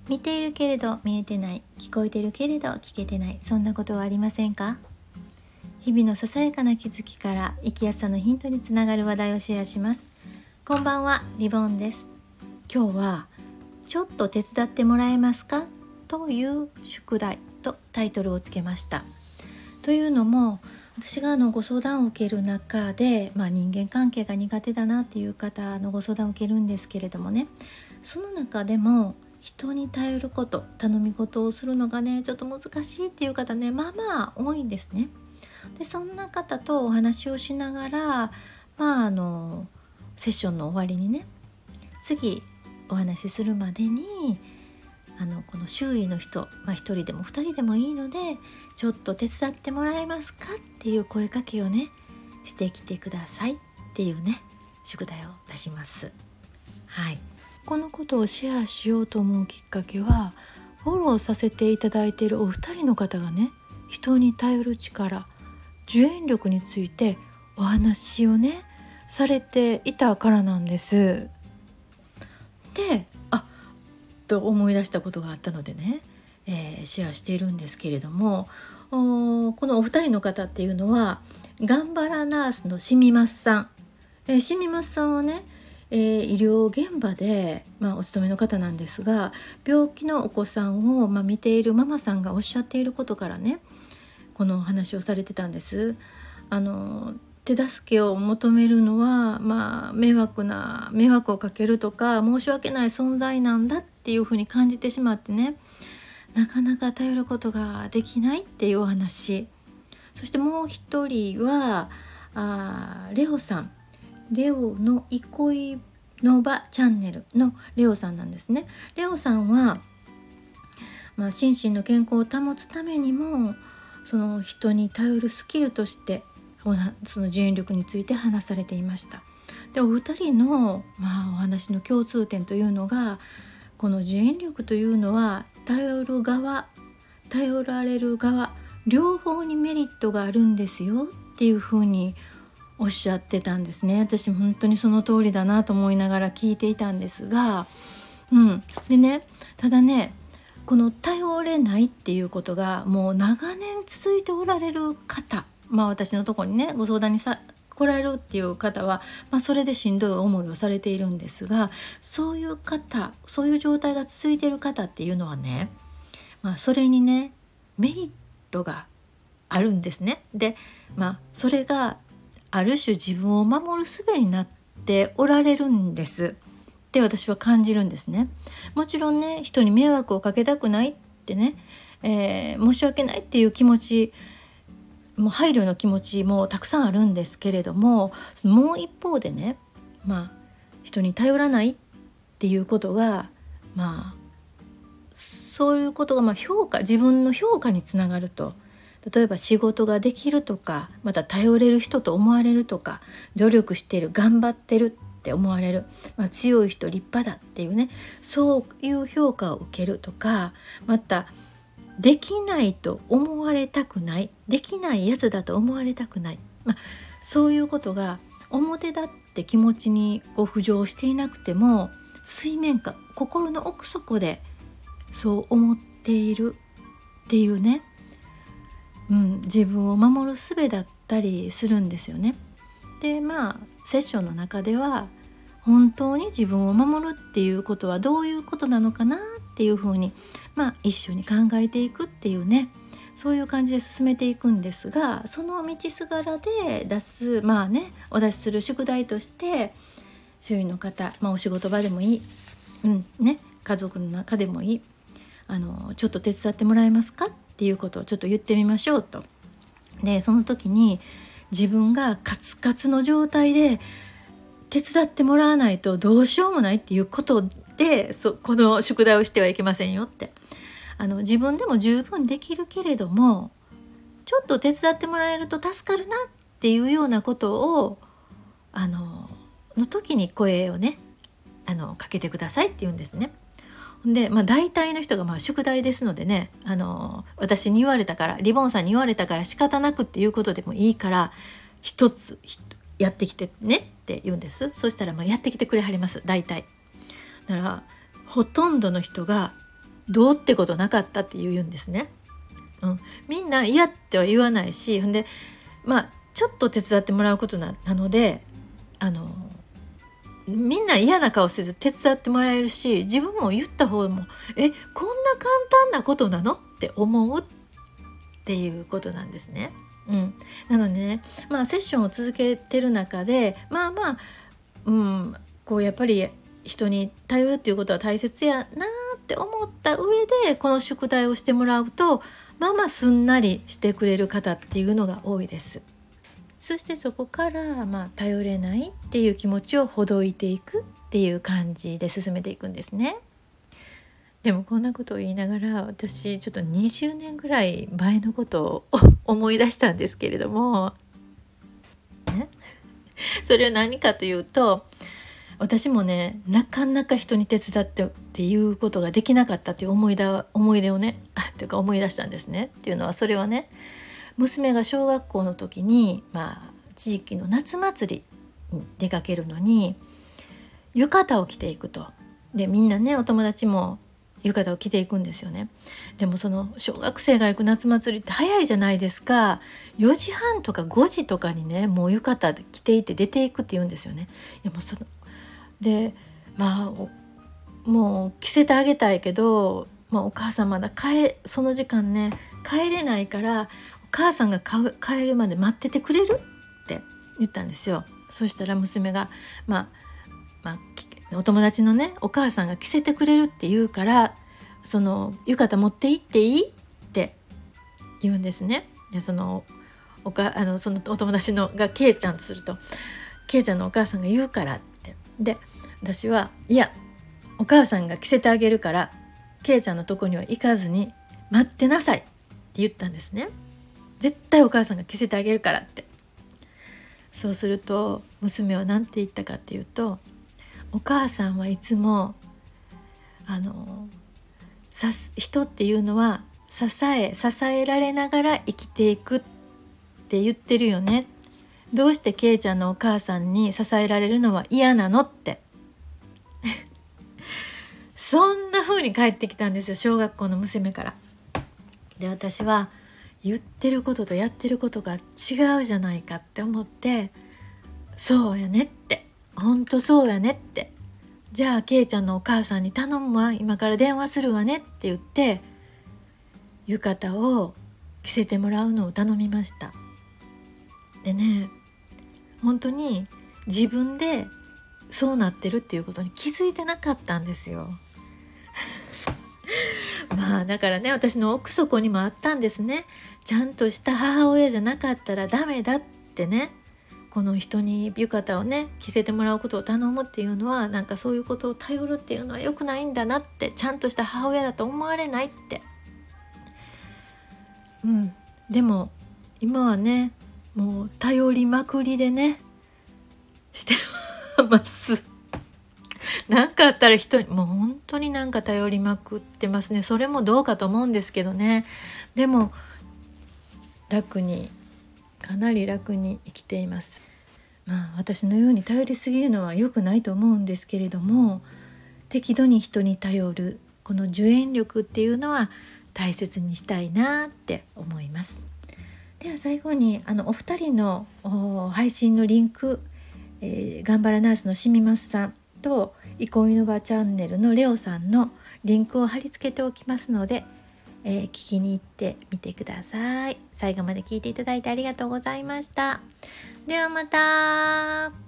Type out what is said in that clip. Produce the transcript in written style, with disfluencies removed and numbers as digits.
見ているけれど見えてない、聞こえているけれど聞けてない、そんなことはありませんか？日々のささやかな気づきから生きやすさのヒントにつながる話題をシェアします。こんばんは、リボンです。今日はちょっと手伝ってもらえますかという宿題とタイトルをつけました。というのも、私がご相談を受ける中で、人間関係が苦手だなっていう方のご相談を受けるんですけれどもね、その中でも人に頼ること、頼み事をするのがねちょっと難しいっていう方ね、まあ多いんですね。でそんな方とお話をしながら、セッションの終わりにね、次お話しするまでにこの周囲の人、一人でも二人でもいいので、ちょっと手伝ってもらえますかっていう声かけをねしてきてくださいっていうね宿題を出します。はい、このことをシェアしようと思うきっかけは、フォローさせていただいているお二人の方がね、人に頼る力、受援力についてお話をねされていたからなんです。で、と思い出したことがあったのでね、シェアしているんですけれども、このお二人の方っていうのはガンバラナースのシミマスさん、シミマスさんはね、医療現場で、お勤めの方なんですが、病気のお子さんを、見ているママさんがおっしゃっていることからね、このお話をされてたんです。手助けを求めるのは、迷惑をかけるとか申し訳ない存在なんだっていうふうに感じてしまってね、なかなか頼ることができないっていうお話。そしてもう一人はレオさん、レオの憩いの場チャンネルのレオさんなんですね。レオさんは、心身の健康を保つためにも、その人に頼るスキルとしてその受援力について話されていました。で、お二人の、お話の共通点というのが、この受援力というのは頼る側、頼られる側、両方にメリットがあるんですよっていうふうにおっしゃってたんですね。私本当にその通りだなと思いながら聞いていたんですが、でね、ただね、この頼れないっていうことがもう長年続いておられる方、私のところにねご相談に来られるっていう方は、それでしんどい思いをされているんですが、そういう方、そういう状態が続いている方っていうのはね、それにねメリットがあるんですね。で、それがある種自分を守る術になっておられるんですって私は感じるんですね。もちろんね、人に迷惑をかけたくないってね、申し訳ないっていう気持ちも、配慮の気持ちもたくさんあるんですけれども、もう一方でね、人に頼らないっていうことが、そういうことが自分の評価につながると。例えば仕事ができるとか、また頼れる人と思われるとか、努力している、頑張ってるって思われる、強い人、立派だっていうね、そういう評価を受けるとか、またできないと思われたくない、できないやつだと思われたくない、そういうことが表立って気持ちに浮上していなくても、水面下、心の奥底でそう思っているっていうね、自分を守る術だったりするんですよね。で、セッションの中では、本当に自分を守るっていうことはどういうことなのかなっていうふうに、一緒に考えていくっていうね、そういう感じで進めていくんですが、その道すがらでお出しする宿題として、周囲の方、お仕事場でもいい、家族の中でもいい、ちょっと手伝ってもらえますかっていうことをちょっと言ってみましょうと。で、その時に自分がカツカツの状態で手伝ってもらわないとどうしようもないっていうことで、この宿題をしてはいけませんよって。自分でも十分できるけれども、ちょっと手伝ってもらえると助かるなっていうようなことをの時に声をねかけてくださいって言うんですね。で、大体の人が宿題ですのでね、私に言われたから、リボンさんに言われたから仕方なくっていうことでもいいから、一つやってきてねって言うんです。そしたらやってきてくれはります。大体だからほとんどの人がどうってことなかったって言うんですね。みんな嫌っては言わないし、ほんでちょっと手伝ってもらうことなのでみんな嫌な顔せず手伝ってもらえるし、自分も言った方もこんな簡単なことなのって思うっていうことなんですね。なのでね、セッションを続けてる中でこうやっぱり人に頼るっていうことは大切やなって思った上でこの宿題をしてもらうとすんなりしてくれる方っていうのが多いです。そしてそこから頼れないっていう気持ちをほどいていくっていう感じで進めていくんですね。でもこんなことを言いながら、私ちょっと20年ぐらい前のことを思い出したんですけれども、それは何かというと、私もねなかなか人に手伝っていうことができなかったという思い出をねというか思い出したんですね。っていうのは、それはね、娘が小学校の時に、地域の夏祭りに出かけるのに浴衣を着ていくと。でみんなね、お友達も浴衣を着ていくんですよね。でもその小学生が行く夏祭りって早いじゃないですか。4時半とか5時とかにね、もう浴衣着ていて出ていくって言うんですよね。いやもうでもう着せてあげたいけど、お母さんまだその時間ね帰れないから、お母さんが帰るまで待っててくれるって言ったんですよ。そしたら娘がお友達のねお母さんが着せてくれるって言うから、その浴衣持って行っていいって言うんですね。でそのお友達のがケイちゃんとすると、ケイちゃんのお母さんが言うからって。で私は、いやお母さんが着せてあげるからケイちゃんのとこには行かずに待ってなさいって言ったんですね。絶対お母さんが着せてあげるからって。そうすると娘は何て言ったかっていうと、お母さんはいつも人っていうのは支えられながら生きていくって言ってるよね。どうしてケイちゃんのお母さんに支えられるのは嫌なのってそんな風に返ってきたんですよ、小学校の娘から。で私は言ってることとやってることが違うじゃないかって思って、そうやねって、ほんとそうやねって、じゃあケイちゃんのお母さんに頼むわ、今から電話するわねって言って浴衣を着せてもらうのを頼みました。でね、本当に自分でそうなってるっていうことに気づいてなかったんですよだからね、私の奥底にもあったんですね。ちゃんとした母親じゃなかったらダメだってね、この人に浴衣をね着せてもらうことを頼むっていうのは、なんかそういうことを頼るっていうのは良くないんだなって、ちゃんとした母親だと思われないって。でも今はね、もう頼りまくりでねしてますなんかあったら人にもう本当になんか頼りまくってますね。それもどうかと思うんですけどね。でもかなり楽に生きています。私のように頼りすぎるのは良くないと思うんですけれども、適度に人に頼るこの受援力っていうのは大切にしたいなって思います。では最後にお二人の配信のリンク、頑張らナースのしみますさんと憩いの場チャンネルのレオさんのリンクを貼り付けておきますので、聞きに行ってみてください。最後まで聞いていただいてありがとうございました。ではまた。